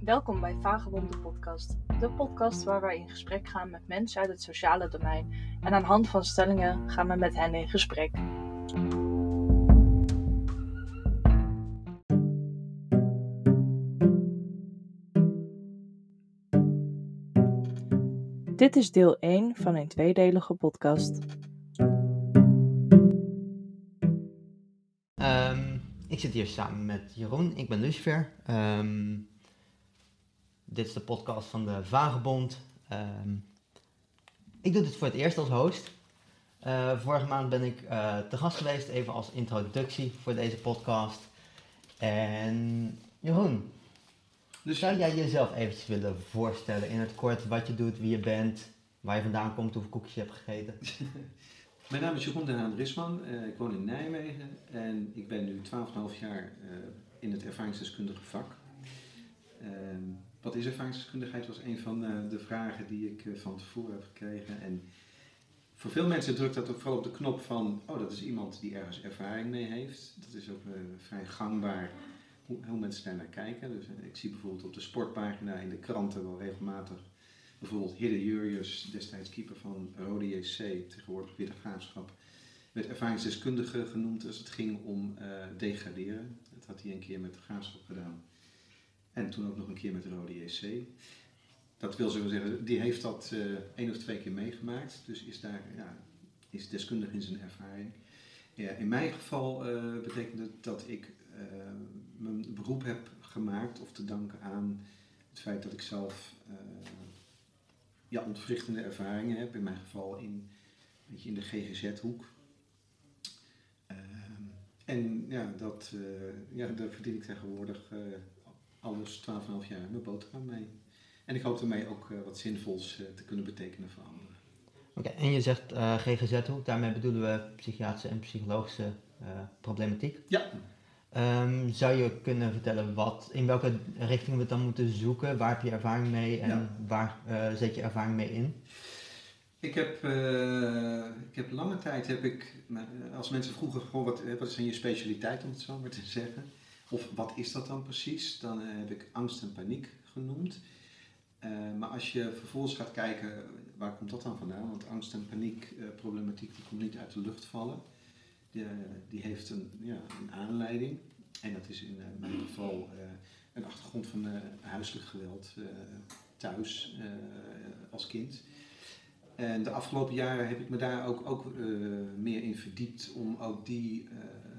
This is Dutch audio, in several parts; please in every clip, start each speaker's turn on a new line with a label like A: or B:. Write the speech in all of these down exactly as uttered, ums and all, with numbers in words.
A: Welkom bij Vagebond de podcast. De podcast waar wij in gesprek gaan met mensen uit het sociale domein. En aan de hand van stellingen gaan we met hen in gesprek. Dit is deel één van een tweedelige podcast.
B: Um, ik zit hier samen met Jeroen, ik ben Lucifer. Um, dit is de podcast van de Vagebond. Um, ik doe dit voor het eerst als host. Uh, vorige maand ben ik uh, te gast geweest, even als introductie voor deze podcast. En Jeroen, dus zou jij jezelf eventjes willen voorstellen in het kort wat je doet, wie je bent, waar je vandaan komt, hoeveel koekjes je hebt gegeten?
C: Mijn naam is Jeroen den Haan-Risman, uh, ik woon in Nijmegen en ik ben nu twaalf komma vijf jaar uh, in het ervaringsdeskundige vak. Uh, wat is ervaringsdeskundigheid was een van uh, de vragen die ik uh, van tevoren heb gekregen. En voor veel mensen drukt dat ook vooral op de knop van, oh, dat is iemand die ergens ervaring mee heeft. Dat is ook uh, vrij gangbaar hoe, hoe mensen daar naar kijken. Dus uh, ik zie bijvoorbeeld op de sportpagina in de kranten wel regelmatig bijvoorbeeld Hidde Jurjus, destijds keeper van Rode J C, tegenwoordig weer de Graafschap, werd ervaringsdeskundige genoemd als het ging om uh, degraderen. Dat had hij een keer met de Graafschap gedaan. En toen ook nog een keer met de Rode J C. Dat wil zo zeggen, die heeft dat uh, één of twee keer meegemaakt. Dus is daar, ja, is deskundig in zijn ervaring. Ja, in mijn geval uh, betekent het dat ik uh, mijn beroep heb gemaakt of te danken aan het feit dat ik zelf uh, ja, ontwrichtende ervaringen heb. In mijn geval in, weet je, in de G G Z-hoek. Uh, en ja, dat, uh, ja, daar verdien ik tegenwoordig uh, alles twaalf komma vijf jaar mijn boterham mee. En ik hoop daarmee ook uh, wat zinvols uh, te kunnen betekenen voor anderen.
B: Oké, okay, en je zegt uh, G G Z-hoek, daarmee bedoelen we psychiatrische en psychologische uh, problematiek.
C: Ja.
B: Um, zou je kunnen vertellen wat, in welke richting we het dan moeten zoeken? Waar heb je ervaring mee en ja. waar uh, zet je ervaring mee in?
C: Ik heb, uh, ik heb lange tijd, heb ik, als mensen vroegen, goh, wat, wat is dan je specialiteit om het zo maar te zeggen? Of wat is dat dan precies? Dan uh, heb ik angst en paniek genoemd. Uh, maar als je vervolgens gaat kijken, waar komt dat dan vandaan? Want angst en paniek uh, problematiek die komt niet uit de lucht vallen. Die, die heeft een, ja, een aanleiding. En dat is in uh, mijn geval uh, een achtergrond van uh, huiselijk geweld uh, thuis uh, als kind. En de afgelopen jaren heb ik me daar ook, ook uh, meer in verdiept om ook die, uh,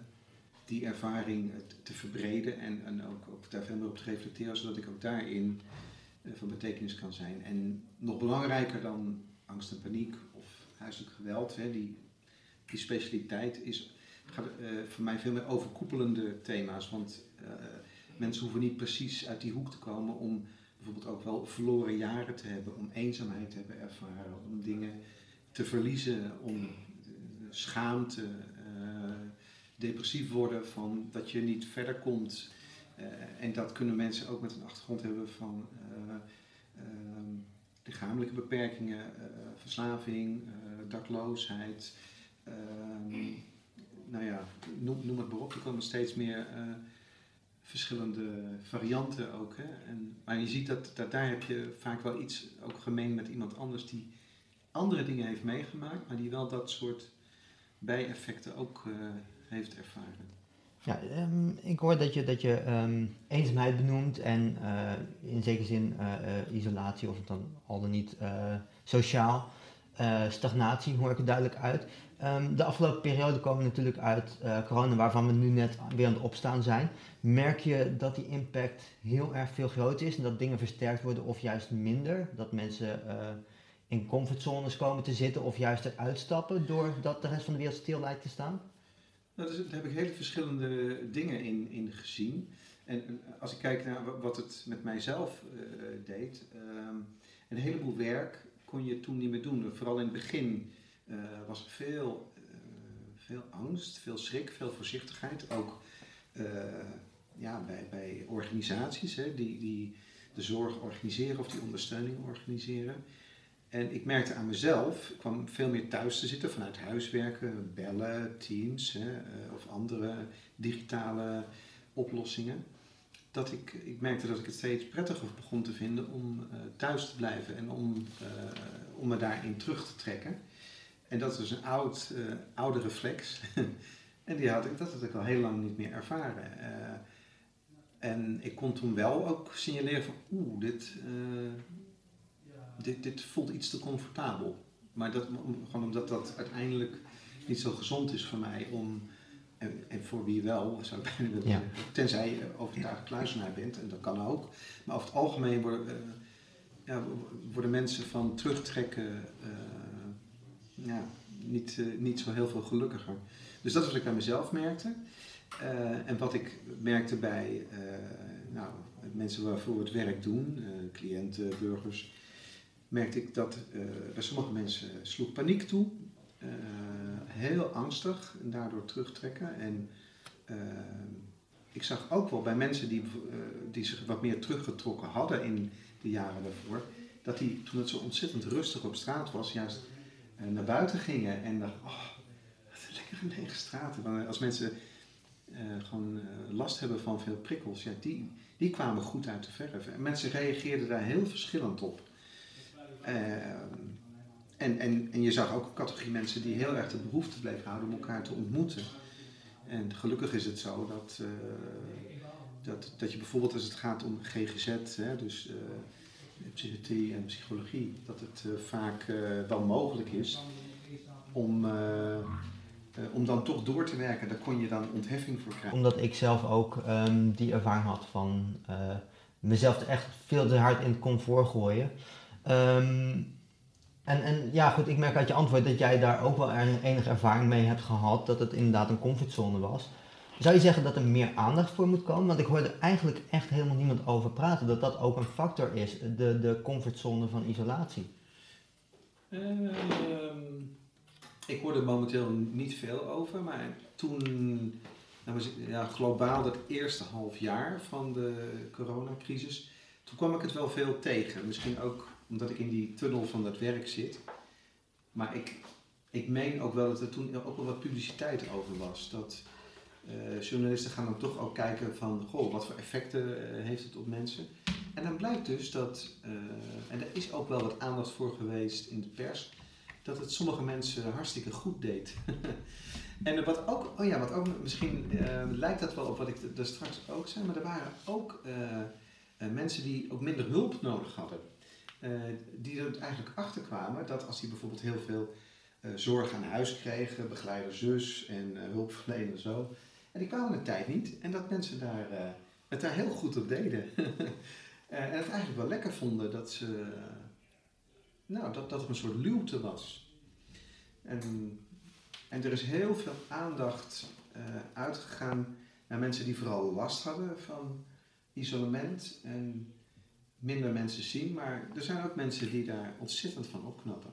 C: die ervaring te verbreden en, en ook, ook daar veel meer op te reflecteren, zodat ik ook daarin uh, van betekenis kan zijn. En nog belangrijker dan angst en paniek of huiselijk geweld, hè, die, die specialiteit is, gaat uh, voor mij veel meer overkoepelende thema's. Want uh, mensen hoeven niet precies uit die hoek te komen om bijvoorbeeld ook wel verloren jaren te hebben, om eenzaamheid te hebben ervaren, om dingen te verliezen, om uh, schaamte, uh, depressief worden van dat je niet verder komt. Uh, en dat kunnen mensen ook met een achtergrond hebben van uh, uh, lichamelijke beperkingen, uh, verslaving, uh, dakloosheid. Uh, nou ja, noem, noem het maar op, er komen steeds meer uh, verschillende varianten ook. Hè? En, maar je ziet dat, dat daar heb je vaak wel iets ook gemeen met iemand anders die andere dingen heeft meegemaakt, maar die wel dat soort bijeffecten ook uh, heeft ervaren.
B: Ja, um, ik hoor dat je, dat je um, eenzaamheid benoemt en uh, in zekere zin uh, uh, isolatie of dan al dan niet uh, sociaal. Uh, stagnatie hoor ik er duidelijk uit. Um, de afgelopen periode komen we natuurlijk uit uh, corona, waarvan we nu net weer aan het opstaan zijn. Merk je dat die impact heel erg veel groter is en dat dingen versterkt worden of juist minder? Dat mensen uh, in comfortzones komen te zitten of juist eruit stappen doordat de rest van de wereld stil lijkt te staan?
C: Nou, dus, daar heb ik hele verschillende dingen in, in gezien. En als ik kijk naar wat het met mijzelf uh, deed, um, een heleboel werk kon je toen niet meer doen. Vooral in het begin uh, was er veel, uh, veel angst, veel schrik, veel voorzichtigheid. Ook uh, ja, bij, bij organisaties hè, die, die de zorg organiseren of die ondersteuning organiseren. En ik merkte aan mezelf, ik kwam veel meer thuis te zitten vanuit huiswerken, bellen, Teams hè, of andere digitale oplossingen. dat ik, ik merkte dat ik het steeds prettiger begon te vinden om uh, thuis te blijven en om, uh, om me daarin terug te trekken. En dat is een oud, uh, oude reflex. En die had ik, dat had ik al heel lang niet meer ervaren. Uh, en ik kon toen wel ook signaleren van oeh, dit, uh, dit, dit voelt iets te comfortabel. Maar dat, gewoon omdat dat uiteindelijk niet zo gezond is voor mij om, en, en voor wie wel, zou ik bijna willen zeggen, ja. Tenzij je overtuigd kluizenaar bent, en dat kan ook. Maar over het algemeen worden, uh, ja, worden mensen van terugtrekken uh, ja, niet, uh, niet zo heel veel gelukkiger. Dus dat is wat ik bij mezelf merkte. Uh, en wat ik merkte bij uh, nou, mensen waarvoor we het werk doen, uh, cliënten, burgers, merkte ik dat uh, bij sommige mensen sloeg paniek toe. Uh, heel angstig en daardoor terugtrekken. En uh, ik zag ook wel bij mensen die, uh, die zich wat meer teruggetrokken hadden in de jaren daarvoor, dat die toen het zo ontzettend rustig op straat was, juist uh, naar buiten gingen en dachten, oh, wat een lekkere lege straten. Maar als mensen uh, gewoon uh, last hebben van veel prikkels, ja, die, die kwamen goed uit de verf. En mensen reageerden daar heel verschillend op. Uh, En, en, en je zag ook een categorie mensen die heel erg de behoefte bleef houden om elkaar te ontmoeten. En gelukkig is het zo dat, uh, dat, dat je bijvoorbeeld als het gaat om G G Z, hè, dus uh, psychiatrie en psychologie, dat het uh, vaak uh, wel mogelijk is om, uh, uh, om dan toch door te werken. Daar kon je dan ontheffing voor krijgen.
B: Omdat ik zelf ook um, die ervaring had van uh, mezelf echt veel te hard in het comfort gooien. Um, En, en ja, goed, ik merk uit je antwoord dat jij daar ook wel enige ervaring mee hebt gehad, dat het inderdaad een comfortzone was. Zou je zeggen dat er meer aandacht voor moet komen? Want ik hoorde eigenlijk echt helemaal niemand over praten, dat dat ook een factor is, de, de comfortzone van isolatie.
C: Uh, ik hoorde er momenteel niet veel over, maar toen, nou was ik, ja, globaal dat eerste half jaar van de coronacrisis, toen kwam ik het wel veel tegen. Misschien ook omdat ik in die tunnel van dat werk zit. Maar ik, ik meen ook wel dat er toen ook wel wat publiciteit over was. Dat uh, journalisten gaan dan toch ook kijken van, goh, wat voor effecten uh, heeft het op mensen. En dan blijkt dus dat, uh, en er is ook wel wat aandacht voor geweest in de pers, dat het sommige mensen hartstikke goed deed. En wat ook, oh ja, wat ook misschien uh, lijkt dat wel op wat ik daar straks ook zei, maar er waren ook uh, uh, mensen die ook minder hulp nodig hadden. Uh, die er eigenlijk achter kwamen dat als die bijvoorbeeld heel veel uh, zorg aan huis kregen, begeleider zus en uh, hulpverlener zo, en die kwamen een tijd niet en dat mensen daar, uh, het daar heel goed op deden. uh, en het eigenlijk wel lekker vonden dat ze, uh, nou, dat, dat er een soort luwte was. En, en er is heel veel aandacht uh, uitgegaan naar mensen die vooral last hadden van isolement en minder mensen zien, maar er zijn ook mensen die daar ontzettend van opknappen.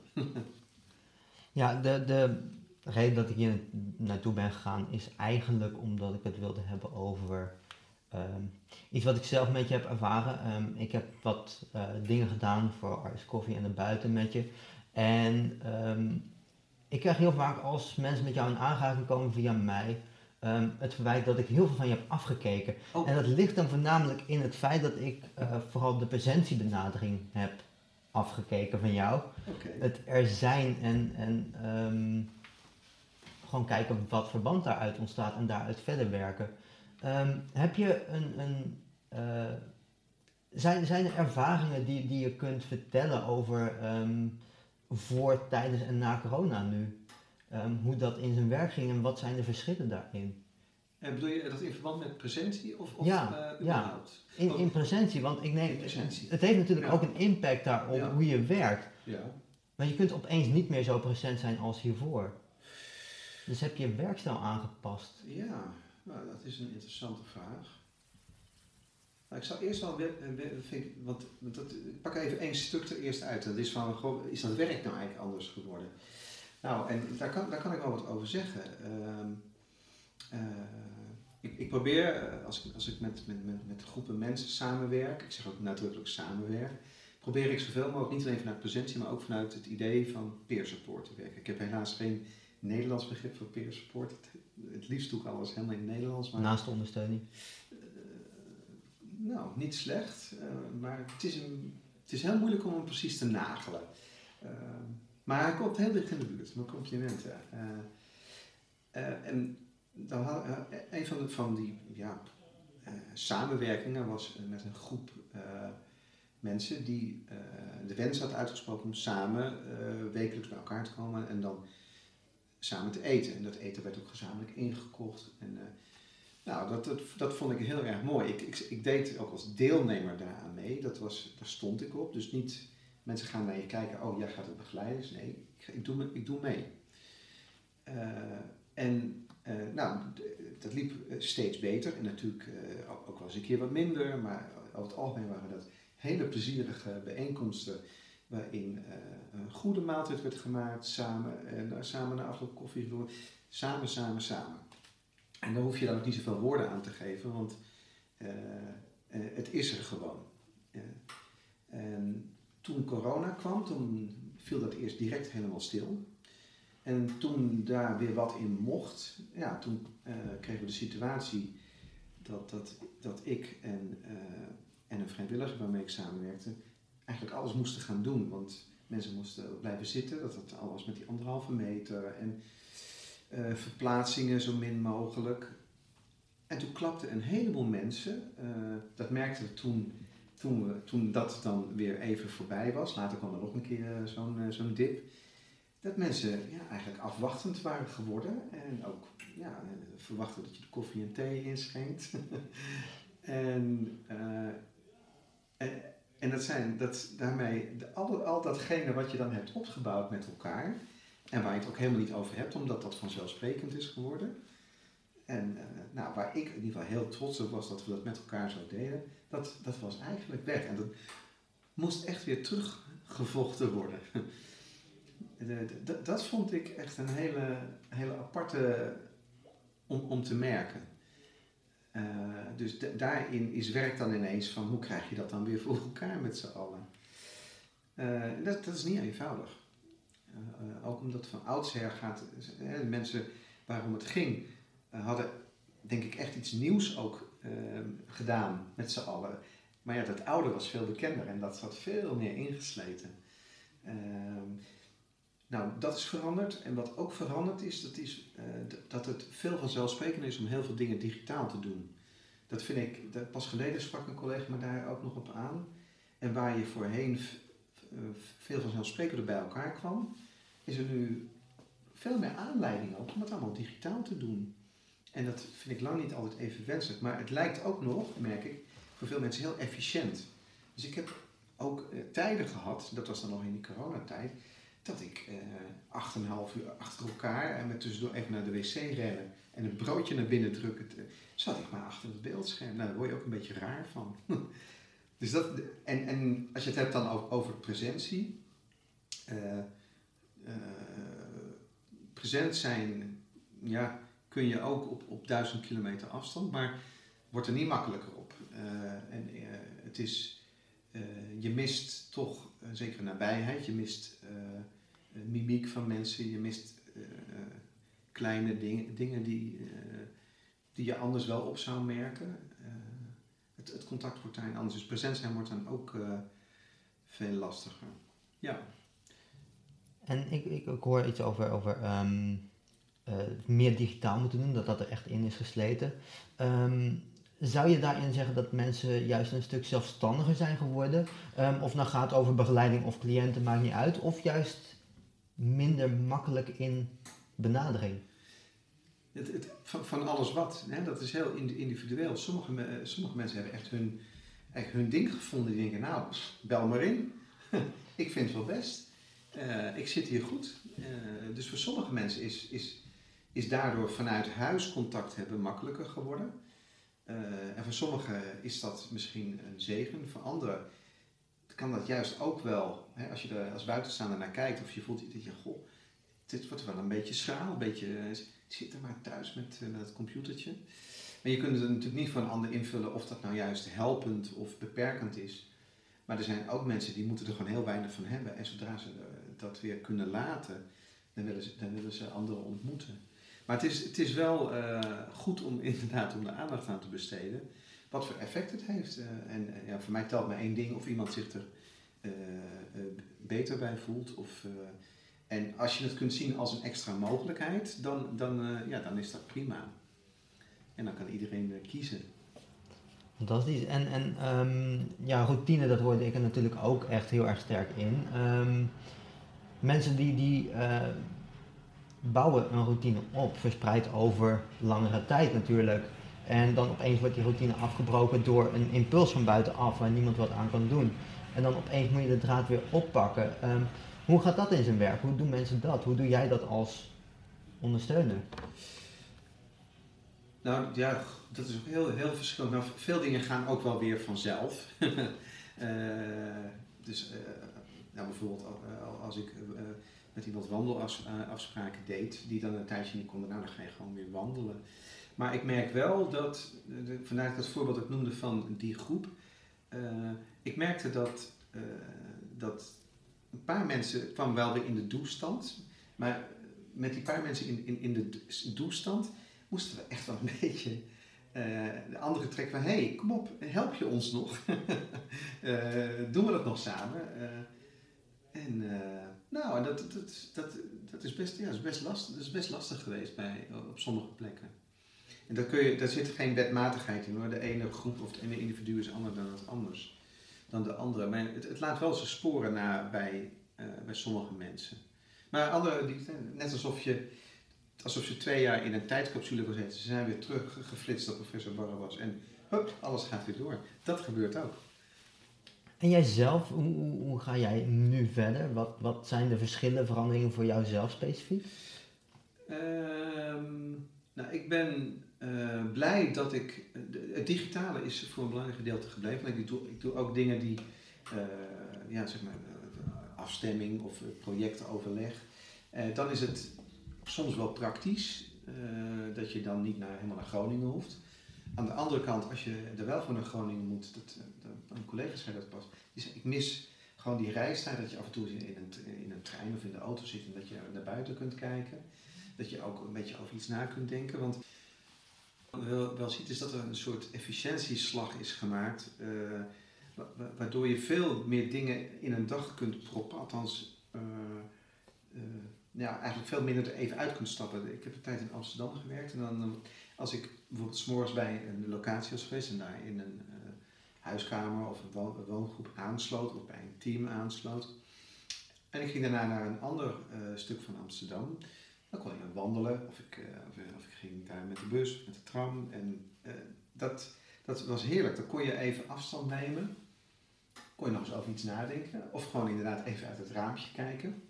B: Ja, de, de reden dat ik hier naartoe ben gegaan is eigenlijk omdat ik het wilde hebben over um, iets wat ik zelf met je heb ervaren. Um, ik heb wat uh, dingen gedaan voor Artist Coffee en erbuiten met je. En um, ik krijg heel vaak als mensen met jou in aanraking komen via mij, Um, het verwijt dat ik heel veel van je heb afgekeken. Oh. En dat ligt dan voornamelijk in het feit dat ik uh, vooral de presentiebenadering heb afgekeken van jou.
C: Okay.
B: Het er zijn en, en um, gewoon kijken wat verband daaruit ontstaat en daaruit verder werken. Um, heb je een, een uh, zijn, zijn er ervaringen die, die je kunt vertellen over um, voor, tijdens en na corona nu? Um, hoe dat in zijn werk ging en wat zijn de verschillen daarin?
C: En bedoel je dat in verband met presentie of, of
B: ja,
C: uh,
B: ja. In, in presentie, want ik neem, het heeft natuurlijk ja. ook een impact daarop ja. hoe je werkt.
C: Ja.
B: Maar je kunt opeens niet meer zo present zijn als hiervoor. Dus heb je je werkstijl aangepast?
C: Ja, nou, dat is een interessante vraag. Nou, ik zal eerst wel, vind ik, want dat, ik pak even één stuk er eerst uit. Dat is van, goh, is dat werk nou eigenlijk anders geworden? Nou, en daar kan, daar kan ik wel wat over zeggen. Uh, uh, ik, ik probeer, uh, als ik, als ik met, met, met, met groepen mensen samenwerk, ik zeg ook nadrukkelijk samenwerk, probeer ik zoveel mogelijk, niet alleen vanuit presentie, maar ook vanuit het idee van peer support te werken. Ik heb helaas geen Nederlands begrip voor peer support. Het, het liefst doe ik alles helemaal in het Nederlands. Maar,
B: naast de ondersteuning?
C: Uh, nou, niet slecht, uh, maar het is, een, het is heel moeilijk om hem precies te nagelen. Uh, maar hij komt heel dicht in de buurt, mijn complimenten. Uh, uh, en dan had, uh, een van, de, van die ja, uh, samenwerkingen was met een groep uh, mensen die uh, de wens had uitgesproken om samen uh, wekelijks bij elkaar te komen en dan samen te eten. En dat eten werd ook gezamenlijk ingekocht. En, uh, nou, dat, dat, dat vond ik heel erg mooi. Ik, ik, ik deed ook als deelnemer daaraan mee. Dat was, daar stond ik op. Dus niet mensen gaan naar je kijken, oh jij gaat het begeleiden. Nee, ik, ik, doe, ik doe mee. Uh, en uh, nou, dat liep steeds beter. En natuurlijk uh, ook, ook wel eens een keer wat minder. Maar over het algemeen waren dat hele plezierige bijeenkomsten waarin uh, een goede maaltijd werd gemaakt, samen, en uh, samen naar afloop koffie gedronken, samen, samen, samen. En daar hoef je dan ook niet zoveel woorden aan te geven, want uh, uh, het is er gewoon. Uh, en toen corona kwam, toen viel dat eerst direct helemaal stil. En toen daar weer wat in mocht, ja, toen uh, kregen we de situatie dat, dat, dat ik en, uh, en een vrijwilliger waarmee ik samenwerkte, eigenlijk alles moesten gaan doen, want mensen moesten blijven zitten, dat het alles met die anderhalve meter en uh, verplaatsingen zo min mogelijk. En toen klapten een heleboel mensen, uh, dat merkten we toen, toen, we, toen dat dan weer even voorbij was, later kwam er nog een keer uh, zo'n, uh, zo'n dip, dat mensen ja, eigenlijk afwachtend waren geworden en ook ja, verwachten dat je de koffie en thee inschenkt. en, uh, en En dat zijn dat, daarmee de, al, al datgene wat je dan hebt opgebouwd met elkaar. En waar je het ook helemaal niet over hebt, omdat dat vanzelfsprekend is geworden. En uh, nou, waar ik in ieder geval heel trots op was dat we dat met elkaar zo deden. Dat, dat was eigenlijk weg. En dat moest echt weer teruggevochten worden. de, de, de, dat vond ik echt een hele, hele aparte om, om te merken. Uh, dus d- daarin is werk dan ineens van hoe krijg je dat dan weer voor elkaar met z'n allen. Uh, dat, dat is niet eenvoudig. Uh, uh, ook omdat van oudsher gaat, uh, de mensen waarom het ging, uh, hadden denk ik echt iets nieuws ook uh, gedaan met z'n allen. Maar ja, dat oude was veel bekender en dat zat veel meer ingesleten. Uh, nou, dat is veranderd. En wat ook veranderd is, dat is uh, d- dat het veel vanzelfsprekender is om heel veel dingen digitaal te doen. Dat vind ik, dat pas geleden sprak een collega me daar ook nog op aan. En waar je voorheen v- uh, veel vanzelfsprekender bij elkaar kwam, is er nu veel meer aanleiding ook om het allemaal digitaal te doen. En dat vind ik lang niet altijd even wenselijk. Maar het lijkt ook nog, merk ik, voor veel mensen heel efficiënt. Dus ik heb ook uh, tijden gehad, dat was dan nog in die coronatijd, dat ik uh, acht en een half uur achter elkaar en met tussendoor even naar de wc rennen en een broodje naar binnen drukken, te, zat ik maar achter het beeldscherm. Nou, daar word je ook een beetje raar van. dus dat, en, en als je het hebt dan over, over presentie, uh, uh, present zijn, ja, kun je ook op, op duizend kilometer afstand, maar wordt er niet makkelijker op. Uh, en uh, het is, uh, je mist toch uh, zeker nabijheid, je mist uh, mimiek van mensen, je mist uh, kleine dingen, dingen die, uh, die je anders wel op zou merken. Uh, het, het contact wordt daarin anders, dus present zijn wordt dan ook uh, veel lastiger. Ja.
B: En ik, ik, ik hoor iets over, over um, uh, meer digitaal moeten doen, dat dat er echt in is gesleten. Um, zou je daarin zeggen dat mensen juist een stuk zelfstandiger zijn geworden? Um, of nou gaat over begeleiding of cliënten, maakt niet uit. Of juist minder makkelijk in benadering?
C: Het, het, van, van alles wat, hè? Dat is heel individueel. Sommige, uh, sommige mensen hebben echt hun, echt hun ding gevonden. Die denken, nou, bel maar in. Ik vind het wel best. Uh, ik zit hier goed. Uh, dus voor sommige mensen is, is, is daardoor vanuit huis contact hebben makkelijker geworden. Uh, en voor sommigen is dat misschien een zegen. Voor anderen kan dat juist ook wel, hè, als je er als buitenstaander naar kijkt of je voelt dat je, goh, dit wordt wel een beetje schraal, een beetje, zit er maar thuis met, met het computertje. Maar je kunt het natuurlijk niet voor een ander invullen of dat nou juist helpend of beperkend is. Maar er zijn ook mensen die moeten er gewoon heel weinig van hebben. En zodra ze dat weer kunnen laten, dan willen ze, dan willen ze anderen ontmoeten. Maar het is, het is wel uh, goed om inderdaad om de aandacht aan te besteden. wat voor effect het heeft. Uh, en uh, ja, voor mij telt maar één ding of iemand zich er uh, uh, beter bij voelt. Of, uh, en als je het kunt zien als een extra mogelijkheid, dan, dan, uh, ja, dan is dat prima. En dan kan iedereen uh, kiezen.
B: Fantastisch. En, en um, ja, routine, dat hoorde ik er natuurlijk ook echt heel erg sterk in. Um, mensen die, die uh, bouwen een routine op, verspreid over langere tijd natuurlijk. En dan opeens wordt die routine afgebroken door een impuls van buitenaf waar niemand wat aan kan doen. En dan opeens moet je de draad weer oppakken. Um, hoe gaat dat in zijn werk? Hoe doen mensen dat? Hoe doe jij dat als ondersteuner?
C: Nou ja, dat is ook heel, heel verschillend. Nou, veel dingen gaan ook wel weer vanzelf. uh, dus uh, nou, bijvoorbeeld uh, als ik uh, met iemand wandelafspraken deed, die dan een tijdje niet konden, nou dan ga je gewoon weer wandelen. Maar ik merk wel dat, de, vandaar dat ik het voorbeeld ik noemde van die groep, uh, ik merkte dat, uh, dat een paar mensen kwamen wel weer in de doestand, maar met die paar mensen in, in, in de doestand moesten we echt wel een beetje uh, de andere trekken van, hé, hey, kom op, help je ons nog? uh, doen we dat nog samen? Uh, en uh, nou, en dat, dat, dat, dat, is best, ja, dat, is best lastig, dat is best lastig geweest bij, op sommige plekken. En daar, kun je, daar zit geen wetmatigheid in hoor. De ene groep of het ene individu is anders dan het anders dan de andere. Maar het, het laat wel zijn sporen na bij, uh, bij sommige mensen. Maar anderen, die, net alsof je alsof ze twee jaar in een tijdcapsule gezeten. Ze zijn weer teruggeflitst op professor Barabas en hup, alles gaat weer door. Dat gebeurt ook.
B: En jijzelf, hoe, hoe, hoe ga jij nu verder? Wat, wat zijn de verschillen, veranderingen voor jou zelf specifiek?
C: Um, nou, ik ben uh, blij dat ik... De, het digitale is voor een belangrijk gedeelte gebleven. Ik doe, ik doe ook dingen die... Uh, ja, zeg maar, afstemming of projectoverleg. Uh, dan is het soms wel praktisch, uh, dat je dan niet naar, helemaal naar Groningen hoeft. Aan de andere kant, als je er wel voor naar Groningen moet, dat, dat, een collega zei dat pas, die zei, ik mis gewoon die reistijd, dat je af en toe in een, in een trein of in de auto zit en dat je naar buiten kunt kijken. Dat je ook een beetje over iets na kunt denken. Want wat je wel, wel ziet is dat er een soort efficiëntieslag is gemaakt, uh, wa- waardoor je veel meer dingen in een dag kunt proppen, althans... Uh, uh, ja, eigenlijk veel minder er even uit kunt stappen. Ik heb een tijd in Amsterdam gewerkt en dan als ik bijvoorbeeld 's morgens bij een locatie was geweest en daar in een uh, huiskamer of een, wo- een woongroep aansloot of bij een team aansloot en ik ging daarna naar een ander uh, stuk van Amsterdam, dan kon ik dan wandelen of ik, uh, of, of ik ging daar met de bus, met de tram en uh, dat, dat was heerlijk. Dan kon je even afstand nemen, kon je nog eens over iets nadenken of gewoon inderdaad even uit het raampje kijken.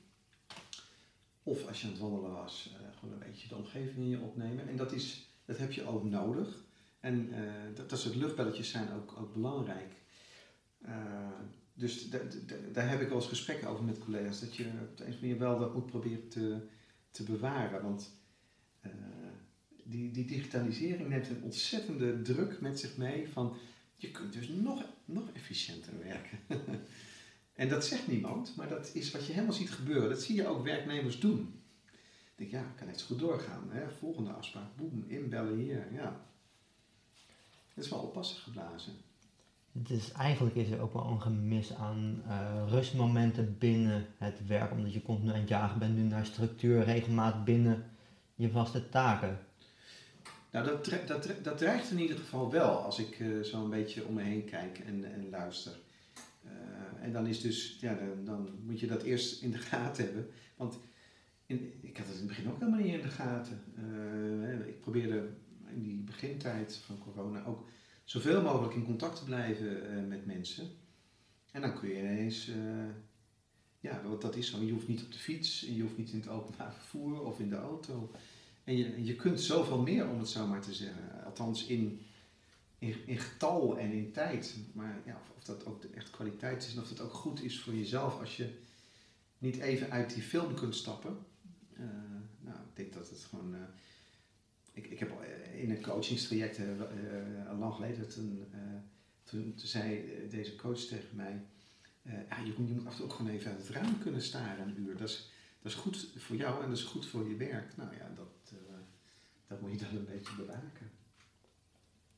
C: Of als je aan het wandelen was, uh, gewoon een beetje de omgeving in je opnemen. En dat, is, dat heb je ook nodig. En uh, dat, dat soort luchtbelletjes zijn ook, ook belangrijk. Uh, dus d- d- d- daar heb ik wel eens gesprekken over met collega's. Dat je op de een of andere manier wel dat moet proberen te, te bewaren. Want uh, die, die digitalisering neemt een ontzettende druk met zich mee. Van je kunt dus nog, nog efficiënter werken. En dat zegt niemand, maar dat is wat je helemaal ziet gebeuren. Dat zie je ook werknemers doen. Ik denk, ja, ik kan net zo goed doorgaan. Hè? Volgende afspraak, boem, inbellen hier. Ja. Dat is wel oppassen geblazen.
B: Dus eigenlijk is er ook wel een gemis aan uh, rustmomenten binnen het werk, omdat je continu aan het jagen bent nu naar structuur, regelmaat binnen je vaste taken.
C: Nou, dat, dre- dat, dre- dat dreigt in ieder geval wel als ik uh, zo een beetje om me heen kijk en, en luister. Uh, en dan is dus, ja, dan, dan moet je dat eerst in de gaten hebben. Want in, ik had het in het begin ook helemaal niet in de gaten. Uh, ik probeerde in die begintijd van corona ook zoveel mogelijk in contact te blijven uh, met mensen. En dan kun je ineens, uh, ja, dat is zo. Je hoeft niet op de fiets, en je hoeft niet in het openbaar vervoer of in de auto. En je, je kunt zoveel meer, om het zo maar te zeggen. Althans in... In, in getal en in tijd, maar ja, of, of dat ook echt kwaliteit is en of dat ook goed is voor jezelf als je niet even uit die film kunt stappen. Uh, nou, ik denk dat het gewoon... Uh, ik, ik heb al in een coachingstraject, uh, uh, lang geleden, toen, uh, toen, toen zei deze coach tegen mij, uh, ja, je, moet, je moet af en toe ook gewoon even uit het raam kunnen staren een uur. Dat is, dat is goed voor jou en dat is goed voor je werk. Nou ja, dat, uh, dat moet je dan een beetje bewaken.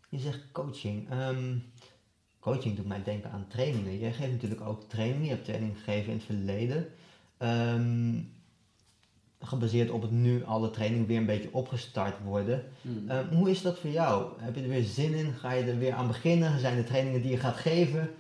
B: Je zegt coaching. Ehm, coaching doet mij denken aan trainingen. Jij geeft natuurlijk ook trainingen. Je hebt training gegeven in het verleden. Ehm, gebaseerd op het nu alle trainingen weer een beetje opgestart worden.
C: Hmm.
B: Ehm, hoe is dat voor jou? Heb je er weer zin in? Ga je er weer aan beginnen? Zijn er trainingen die je gaat geven?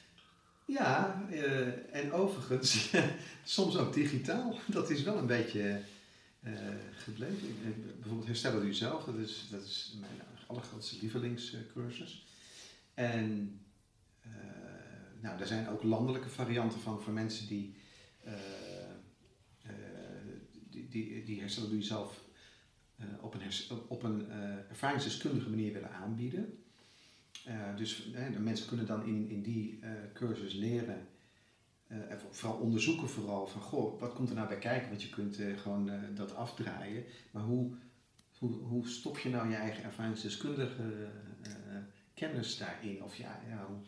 C: Ja, uh, en overigens, soms ook digitaal. Dat is wel een beetje uh, gebleven. Uh, bijvoorbeeld Herstellen Jezelf, dat is, dat is mijn allergrootste lievelingscursus. En uh, nou, daar zijn ook landelijke varianten van voor mensen die, uh, uh, die, die, die Herstellen Jezelf uh, op een, hers- op een uh, ervaringsdeskundige manier willen aanbieden. Uh, dus uh, de mensen kunnen dan in, in die uh, cursus leren, uh, vooral onderzoeken vooral van goh, wat komt er nou bij kijken, want je kunt uh, gewoon uh, dat afdraaien, maar hoe, hoe, hoe stop je nou je eigen ervaringsdeskundige uh, kennis daarin? Of ja, ja hoe...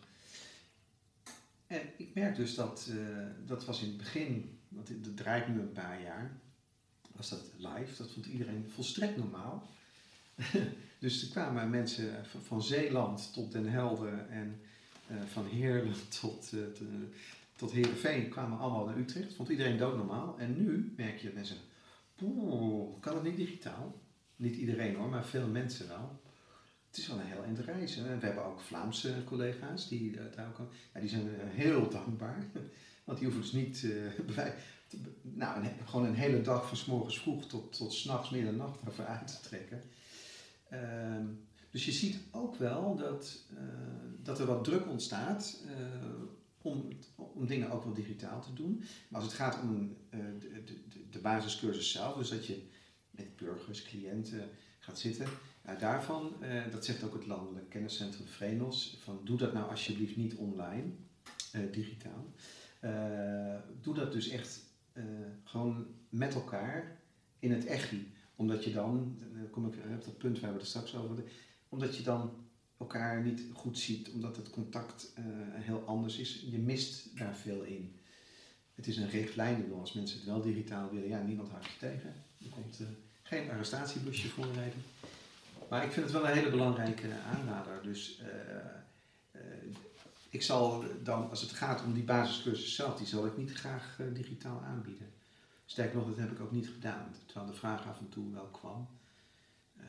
C: En ik merk dus dat, uh, dat was in het begin, want het draait nu een paar jaar, was dat live, dat vond iedereen volstrekt normaal. Dus er kwamen mensen van, van Zeeland tot Den Helder en uh, van Heerlen tot, uh, te, tot Heerenveen kwamen allemaal naar Utrecht. Dat vond iedereen doodnormaal. En nu merk je dat mensen, poeh, kan het niet digitaal? Niet iedereen hoor, maar veel mensen wel. Het is wel een heel eind reizen. En we hebben ook Vlaamse collega's, die, uh, daar ook, ja, die zijn uh, heel dankbaar. Want die hoeven dus niet, uh, bij, te, nou, een, gewoon een hele dag van 's morgens vroeg tot, tot 's nachts middernacht ervoor uit te trekken. Uh, dus je ziet ook wel dat, uh, dat er wat druk ontstaat uh, om, om dingen ook wel digitaal te doen. Maar als het gaat om uh, de, de, de basiscursus zelf, dus dat je met burgers, cliënten gaat zitten, uh, daarvan, uh, dat zegt ook het Landelijk Kenniscentrum Vrenos, van doe dat nou alsjeblieft niet online, uh, digitaal. Uh, doe dat dus echt uh, gewoon met elkaar in het echi. Omdat je dan, dan kom ik op dat punt waar we het straks over hadden, omdat je dan elkaar niet goed ziet, omdat het contact uh, heel anders is. Je mist daar veel in. Het is een richtlijn, als mensen het wel digitaal willen, ja, niemand houdt je tegen. Er komt uh, geen arrestatiebusje voorrijden. Maar ik vind het wel een hele belangrijke aanrader. Dus uh, uh, ik zal dan, als het gaat om die basiscursus zelf, die zal ik niet graag uh, digitaal aanbieden. Sterker nog, dat heb ik ook niet gedaan, terwijl de vraag af en toe wel kwam. Uh,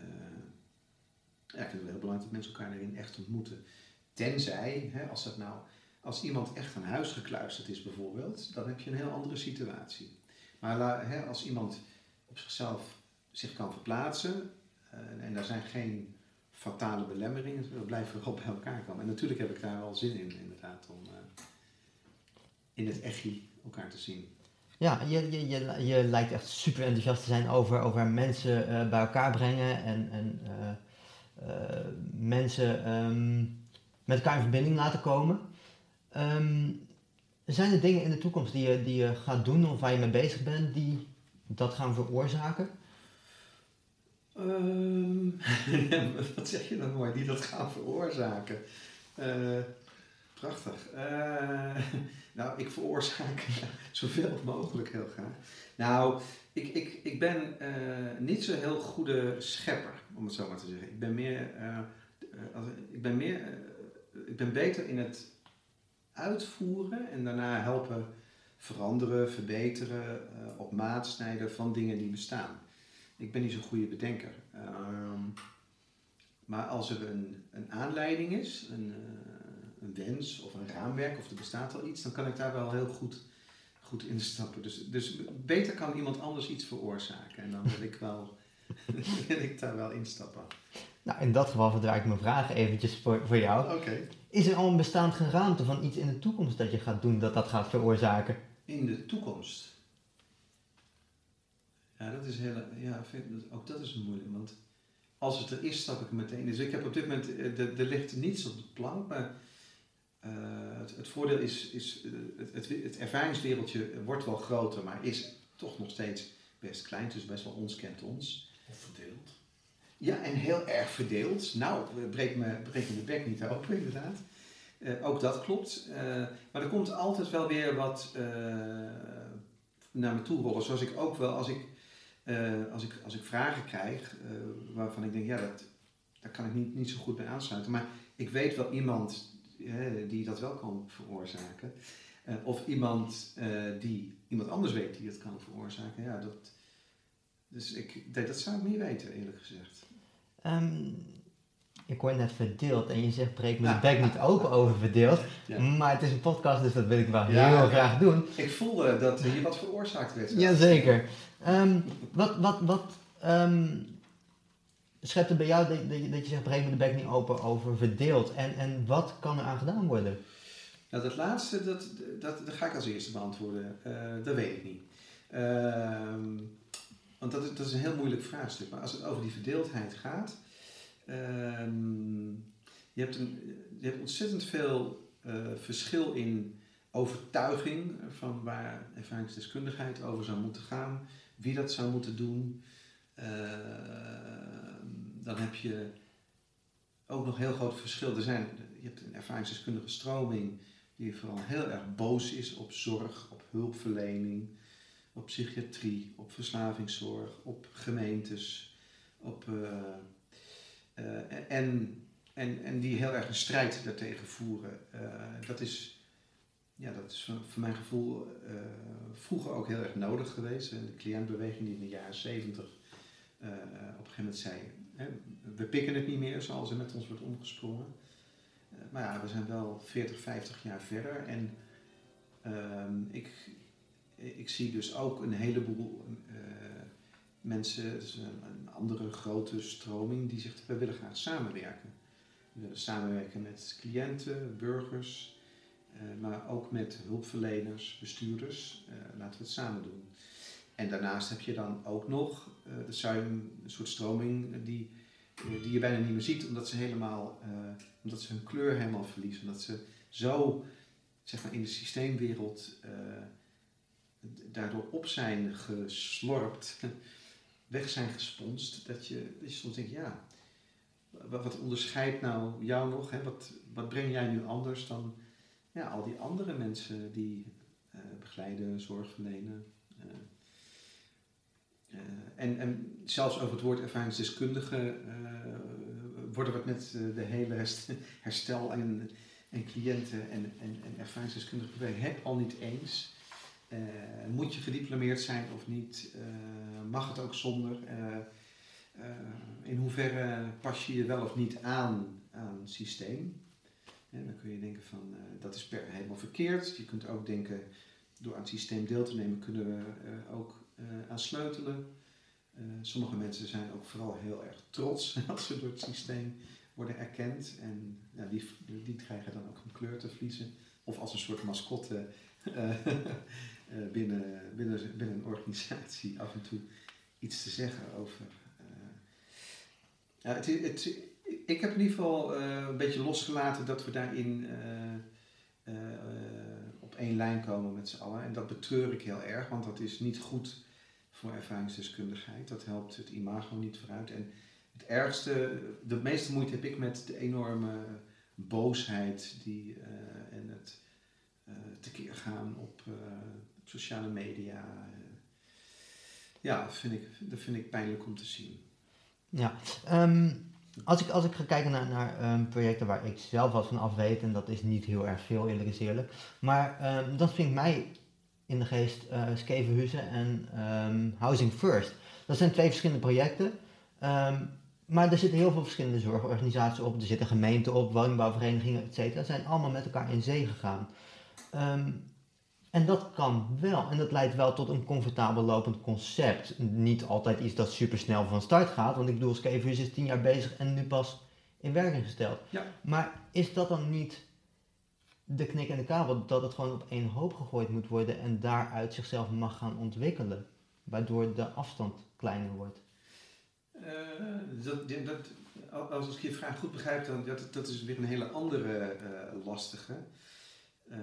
C: ja, ik vind het wel heel belangrijk dat mensen elkaar daarin echt ontmoeten. Tenzij, hè, als, dat nou, als iemand echt aan huis gekluisterd is bijvoorbeeld, dan heb je een heel andere situatie. Maar la, hè, als iemand op zichzelf zich kan verplaatsen, uh, en daar zijn geen fatale belemmeringen, we blijven wel bij elkaar komen. En natuurlijk heb ik daar wel zin in, inderdaad, om uh, in het echi elkaar te zien.
B: Ja, je, je, je, je lijkt echt super enthousiast te zijn over, over mensen uh, bij elkaar brengen en, en uh, uh, mensen um, met elkaar in verbinding laten komen. Um, zijn er dingen in de toekomst die je, die je gaat doen of waar je mee bezig bent die dat gaan veroorzaken?
C: Um, wat zeg je dan mooi, die dat gaan veroorzaken? Uh, prachtig. Uh, nou, ik veroorzaak zoveel mogelijk heel graag. Nou, ik, ik, ik ben uh, niet zo'n heel goede schepper, om het zo maar te zeggen. Ik ben meer, uh, uh, ik ben meer, uh, ik ben beter in het uitvoeren en daarna helpen veranderen, verbeteren, uh, op maat snijden van dingen die bestaan. Ik ben niet zo'n goede bedenker. Um, maar als er een, een aanleiding is, een, uh, een wens of een raamwerk of er bestaat al iets, dan kan ik daar wel heel goed, goed instappen. Dus, dus beter kan iemand anders iets veroorzaken en dan wil ik, wel, wil ik daar wel instappen.
B: Nou, in dat geval verdraai ik mijn vraag eventjes voor, voor jou.
C: Okay.
B: Is er al een bestaand geraamte van iets in de toekomst dat je gaat doen dat dat gaat veroorzaken?
C: In de toekomst? Ja, dat is heel, ja, ook dat is moeilijk, want als het er is, stap ik meteen. Dus ik heb op dit moment, er ligt niets op de plank, maar uh, het, het voordeel is, is het, het, het ervaringswereldje wordt wel groter, maar is toch nog steeds best klein, dus best wel ons kent ons.
D: Of verdeeld.
C: Ja, en heel erg verdeeld. Nou, breek me, breek me de bek niet open, inderdaad. Uh, ook dat klopt. Uh, maar er komt altijd wel weer wat uh, naar me toe rollen, zoals ik ook wel, als ik Uh, als, ik, als ik vragen krijg uh, waarvan ik denk, ja, dat, daar kan ik niet, niet zo goed bij aansluiten. Maar ik weet wel iemand uh, die dat wel kan veroorzaken. Uh, of iemand uh, die iemand anders weet die dat kan veroorzaken. Ja, dat, dus ik, dat zou ik niet weten, eerlijk gezegd.
B: Um, ik hoor net verdeeld en je zegt breek me de bek niet open over verdeeld. Ja. Maar het is een podcast, dus dat wil ik wel heel ja, graag doen.
C: Ik voelde dat hier wat veroorzaakt werd.
B: Jazeker. Um, wat wat, wat um, schept er bij jou dat, dat, je, dat je zegt breek me de bek niet open over verdeeld? En, en wat kan er aan gedaan worden?
C: Nou, dat laatste, dat, dat, dat ga ik als eerste beantwoorden. Uh, dat weet ik niet. Uh, want dat is, dat is een heel moeilijk vraagstuk. Maar als het over die verdeeldheid gaat... Um, je, hebt een, je hebt ontzettend veel uh, verschil in overtuiging van waar ervaringsdeskundigheid over zou moeten gaan, wie dat zou moeten doen. Uh, dan heb je ook nog heel groot verschil. Er zijn, je hebt een ervaringsdeskundige stroming die vooral heel erg boos is op zorg, op hulpverlening, op psychiatrie, op verslavingszorg, op gemeentes, op... Uh, Uh, en, en, en die heel erg een strijd daartegen voeren. Uh, dat is, ja, dat is voor, voor mijn gevoel uh, vroeger ook heel erg nodig geweest. De cliëntbeweging die in de jaren zeventig uh, op een gegeven moment zei, hè, we pikken het niet meer zoals er met ons wordt omgesprongen. Uh, maar ja, we zijn wel veertig, vijftig jaar verder en uh, ik, ik zie dus ook een heleboel uh, mensen, dus een andere grote stroming, die zegt, we willen graag samenwerken. We willen samenwerken met cliënten, burgers, uh, maar ook met hulpverleners, bestuurders. Uh, laten we het samen doen. En daarnaast heb je dan ook nog, uh, dat zou je een, een soort stroming die, uh, die je bijna niet meer ziet, omdat ze helemaal, uh, omdat ze hun kleur helemaal verliezen. Omdat ze zo, zeg maar, in de systeemwereld uh, daardoor op zijn geslorpt, weg zijn gesponst, dat je, dat je soms denkt, ja, wat, wat onderscheidt nou jou nog, hè? Wat, wat breng jij nu anders dan ja, al die andere mensen die uh, begeleiden, zorg verlenen. Uh, uh, en, en zelfs over het woord ervaringsdeskundige uh, worden we het met uh, de hele herstel en, en cliënten en, en, en ervaringsdeskundigen het al niet eens. Uh, moet je gediplomeerd zijn of niet? Uh, mag het ook zonder? Uh, uh, in hoeverre pas je je wel of niet aan aan het systeem? En dan kun je denken van, uh, dat is per, helemaal verkeerd. Je kunt ook denken, door aan het systeem deel te nemen, kunnen we er ook uh, aan sleutelen. Uh, sommige mensen zijn ook vooral heel erg trots als ze door het systeem worden erkend. En ja, die, die krijgen dan ook een kleur te verliezen. Of als een soort mascotte uh, uh, binnen, binnen, binnen een organisatie af en toe iets te zeggen over. Uh, ja, het, het, ik heb in ieder geval uh, een beetje losgelaten dat we daarin uh, uh, op één lijn komen met z'n allen. En dat betreur ik heel erg, want dat is niet goed voor ervaringsdeskundigheid. Dat helpt het imago niet vooruit. En het ergste, de meeste moeite heb ik met de enorme boosheid die, uh, en het uh, tekeer gaan op, uh, op sociale media. Uh, ja, dat vind, ik, dat vind ik pijnlijk om te zien.
B: Ja, um, als, ik, als ik ga kijken naar, naar um, projecten waar ik zelf wat van af weet, en dat is niet heel erg veel, eerlijk is eerlijk, maar um, dat vind ik mij in de geest uh, Skevenhuizen en um, Housing First. Dat zijn twee verschillende projecten, um, maar er zitten heel veel verschillende zorgorganisaties op, er zitten gemeenten op, woningbouwverenigingen, et cetera. Dat zijn allemaal met elkaar in zee gegaan. Um, en dat kan wel, en dat leidt wel tot een comfortabel lopend concept. Niet altijd iets dat supersnel van start gaat, want ik bedoel, Skevenhuizen is tien jaar bezig en nu pas in werking gesteld.
C: Ja.
B: Maar is dat dan niet de knik in de kabel, dat het gewoon op één hoop gegooid moet worden en daaruit zichzelf mag gaan ontwikkelen, waardoor de afstand kleiner wordt?
C: Uh, dat, dat, als ik je vraag goed begrijp, dan dat, dat is weer een hele andere uh, lastige. Uh,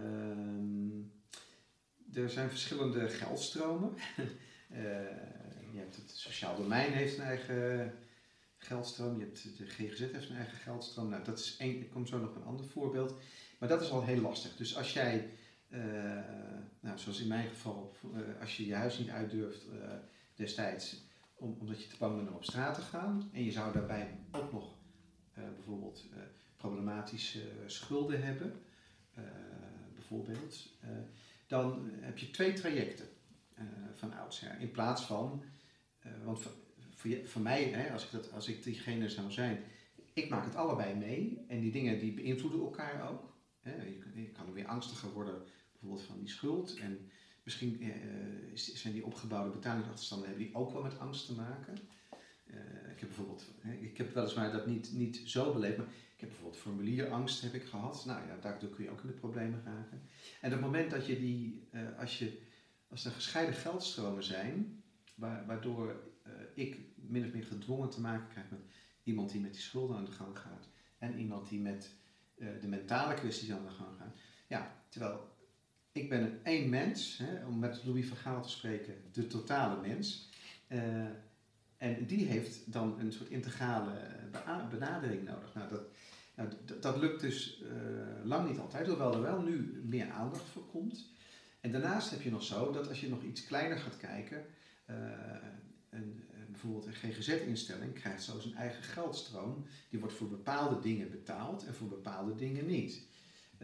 C: er zijn verschillende geldstromen. uh, je hebt het sociaal domein heeft een eigen geldstroom, je hebt de G G Z heeft een eigen geldstroom. Nou, dat is één, ik kom zo nog op een ander voorbeeld. Maar dat is al heel lastig. Dus als jij, uh, nou, zoals in mijn geval, uh, als je je huis niet uitdurft uh, destijds, om, omdat je te bang bent om op straat te gaan, en je zou daarbij ook nog uh, bijvoorbeeld uh, problematische schulden hebben, uh, bijvoorbeeld, uh, dan heb je twee trajecten uh, van oudsher. In plaats van, uh, want voor, voor, je, voor mij, hè, als, ik dat, als ik diegene zou zijn, ik maak het allebei mee en die dingen die beïnvloeden elkaar ook. Hè. Je, je kan er weer angstiger worden, bijvoorbeeld van die schuld en misschien uh, zijn die opgebouwde betalingsachterstanden hebben die ook wel met angst te maken. Uh, ik heb bijvoorbeeld, ik heb weliswaar dat niet, niet zo beleefd, maar ik heb bijvoorbeeld formulierangst heb ik gehad. Nou ja, daardoor kun je ook in de problemen raken. En op het moment dat je die, uh, als, je, als er gescheiden geldstromen zijn, wa- waardoor uh, ik min of meer gedwongen te maken krijg met iemand die met die schulden aan de gang gaat en iemand die met uh, de mentale kwesties aan de gang gaat. Ja, terwijl ik ben een één mens, hè, om met Louis van Gaal te spreken, de totale mens. Uh, En die heeft dan een soort integrale benadering nodig. Nou, dat, nou, dat, dat lukt dus uh, lang niet altijd, hoewel er wel nu meer aandacht voor komt. En daarnaast heb je nog zo dat als je nog iets kleiner gaat kijken, uh, een, bijvoorbeeld een G G Z-instelling krijgt zo zijn eigen geldstroom. Die wordt voor bepaalde dingen betaald en voor bepaalde dingen niet. Uh,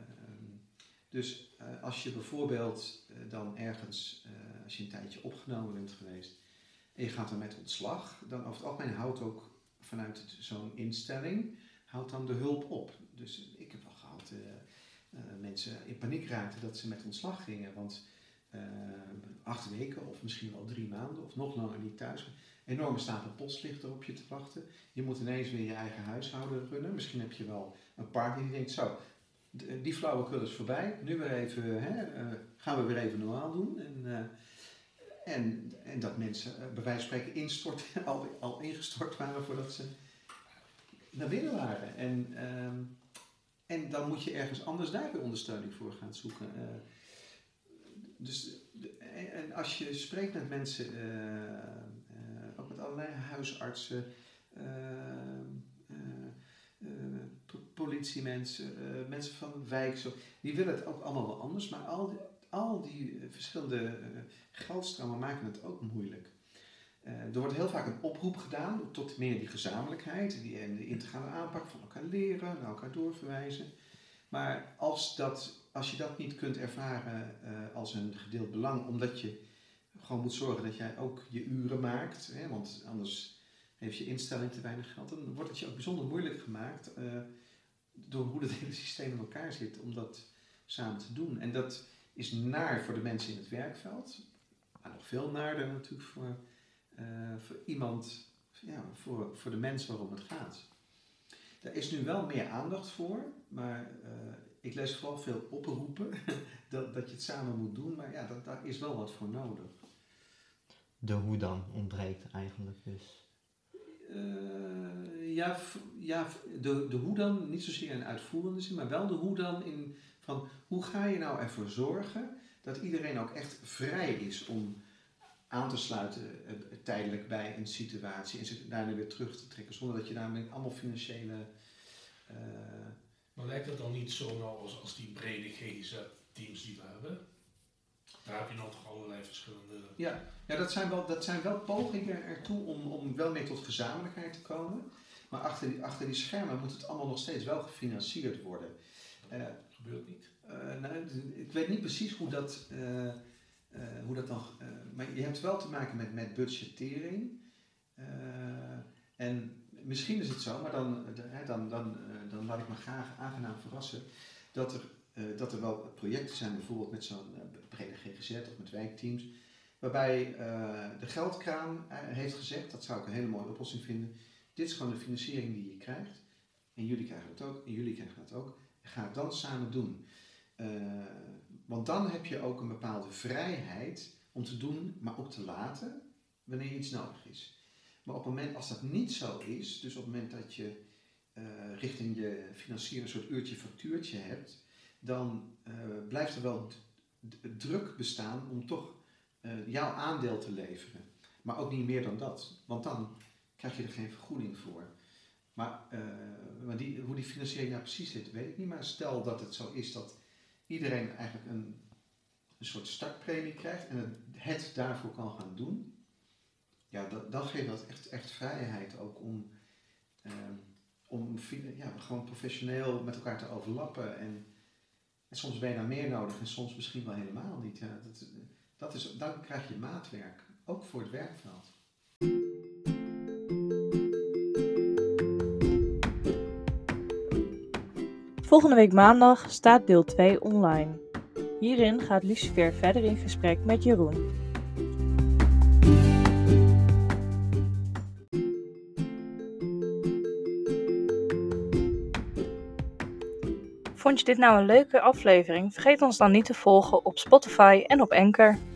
C: dus uh, als je bijvoorbeeld uh, dan ergens, uh, als je een tijdje opgenomen bent geweest, en je gaat dan met ontslag, dan over het algemeen houdt ook vanuit zo'n instelling, houdt dan de hulp op. Dus ik heb wel gehad, uh, uh, mensen in paniek raakten dat ze met ontslag gingen, want uh, acht weken of misschien wel drie maanden of nog langer niet thuis. Een enorme stapel post ligt er op je te wachten. Je moet ineens weer je eigen huishouden runnen. Misschien heb je wel een partner die denkt, zo, die flauwekul is voorbij, nu weer even, hè, uh, gaan we weer even normaal doen. En, uh, En, en dat mensen uh, bij wijze van spreken instort, al, al ingestort waren voordat ze naar binnen waren. En, um, en dan moet je ergens anders daar weer ondersteuning voor gaan zoeken. Uh, dus, en, en als je spreekt met mensen, uh, uh, ook met allerlei huisartsen, uh, uh, uh, politiemensen, uh, mensen van de wijk, zo, die willen het ook allemaal wel anders, maar al die, Al die verschillende uh, geldstromen maken het ook moeilijk. Uh, er wordt heel vaak een oproep gedaan tot meer die gezamenlijkheid die, en de integrale aanpak van elkaar leren, naar elkaar doorverwijzen. Maar als, dat, als je dat niet kunt ervaren uh, als een gedeeld belang, omdat je gewoon moet zorgen dat jij ook je uren maakt, hè, want anders heeft je instelling te weinig geld, dan wordt het je ook bijzonder moeilijk gemaakt uh, door hoe het hele systeem in elkaar zit om dat samen te doen. En dat is naar voor de mensen in het werkveld, maar nog veel naarder natuurlijk voor, uh, voor iemand, ja, voor, voor de mens waarom het gaat. Daar is nu wel meer aandacht voor, maar uh, ik lees vooral veel oproepen dat, dat je het samen moet doen, maar ja, dat, daar is wel wat voor nodig.
B: De hoe dan ontbreekt eigenlijk dus.
C: Uh, ja, ja de, de hoe dan, niet zozeer in uitvoerende zin, maar wel de hoe dan in van hoe ga je nou ervoor zorgen dat iedereen ook echt vrij is om aan te sluiten uh, tijdelijk bij een situatie en zich daarna weer terug te trekken, zonder dat je daarmee allemaal financiële... Uh...
D: Maar lijkt het dan niet zo nou als, als die brede G G Z-teams die we hebben? Daar heb je nou toch allerlei verschillende...
C: Ja, ja dat, zijn wel, dat zijn wel pogingen ertoe om, om wel meer tot gezamenlijkheid te komen. Maar achter die, achter die schermen moet het allemaal nog steeds wel gefinancierd worden.
D: Dat uh, gebeurt niet.
C: Uh, nou, ik weet niet precies hoe dat, uh, uh, hoe dat dan... Uh, maar je hebt wel te maken met, met budgettering. Uh, en misschien is het zo, maar dan, uh, dan, dan, uh, dan laat ik me graag aangenaam verrassen dat er... Uh, dat er wel projecten zijn, bijvoorbeeld met zo'n uh, brede G G Z of met wijkteams, waarbij uh, de geldkraan uh, heeft gezegd, dat zou ik een hele mooie oplossing vinden, dit is gewoon de financiering die je krijgt, en jullie krijgen dat ook, en jullie krijgen dat ook, en ga het dan samen doen. Uh, want dan heb je ook een bepaalde vrijheid om te doen, maar ook te laten, wanneer iets nodig is. Maar op het moment als dat niet zo is, dus op het moment dat je uh, richting je financier een soort uurtje factuurtje hebt, dan uh, blijft er wel d- d- druk bestaan om toch uh, jouw aandeel te leveren. Maar ook niet meer dan dat, want dan krijg je er geen vergoeding voor. Maar, uh, maar die, hoe die financiering nou precies zit, weet ik niet. Maar stel dat het zo is dat iedereen eigenlijk een, een soort startpremie krijgt en het, het daarvoor kan gaan doen, ja, dat, dan geeft dat echt, echt vrijheid ook om, uh, om ja, gewoon professioneel met elkaar te overlappen. En, en soms ben je daar meer nodig en soms misschien wel helemaal niet. Ja, dat, dat is, dan krijg je maatwerk, ook voor het werkveld.
A: Volgende week maandag staat deel twee online. Hierin gaat Lucifer verder in gesprek met Jeroen. Vond je dit nou een leuke aflevering? Vergeet ons dan niet te volgen op Spotify en op Anchor.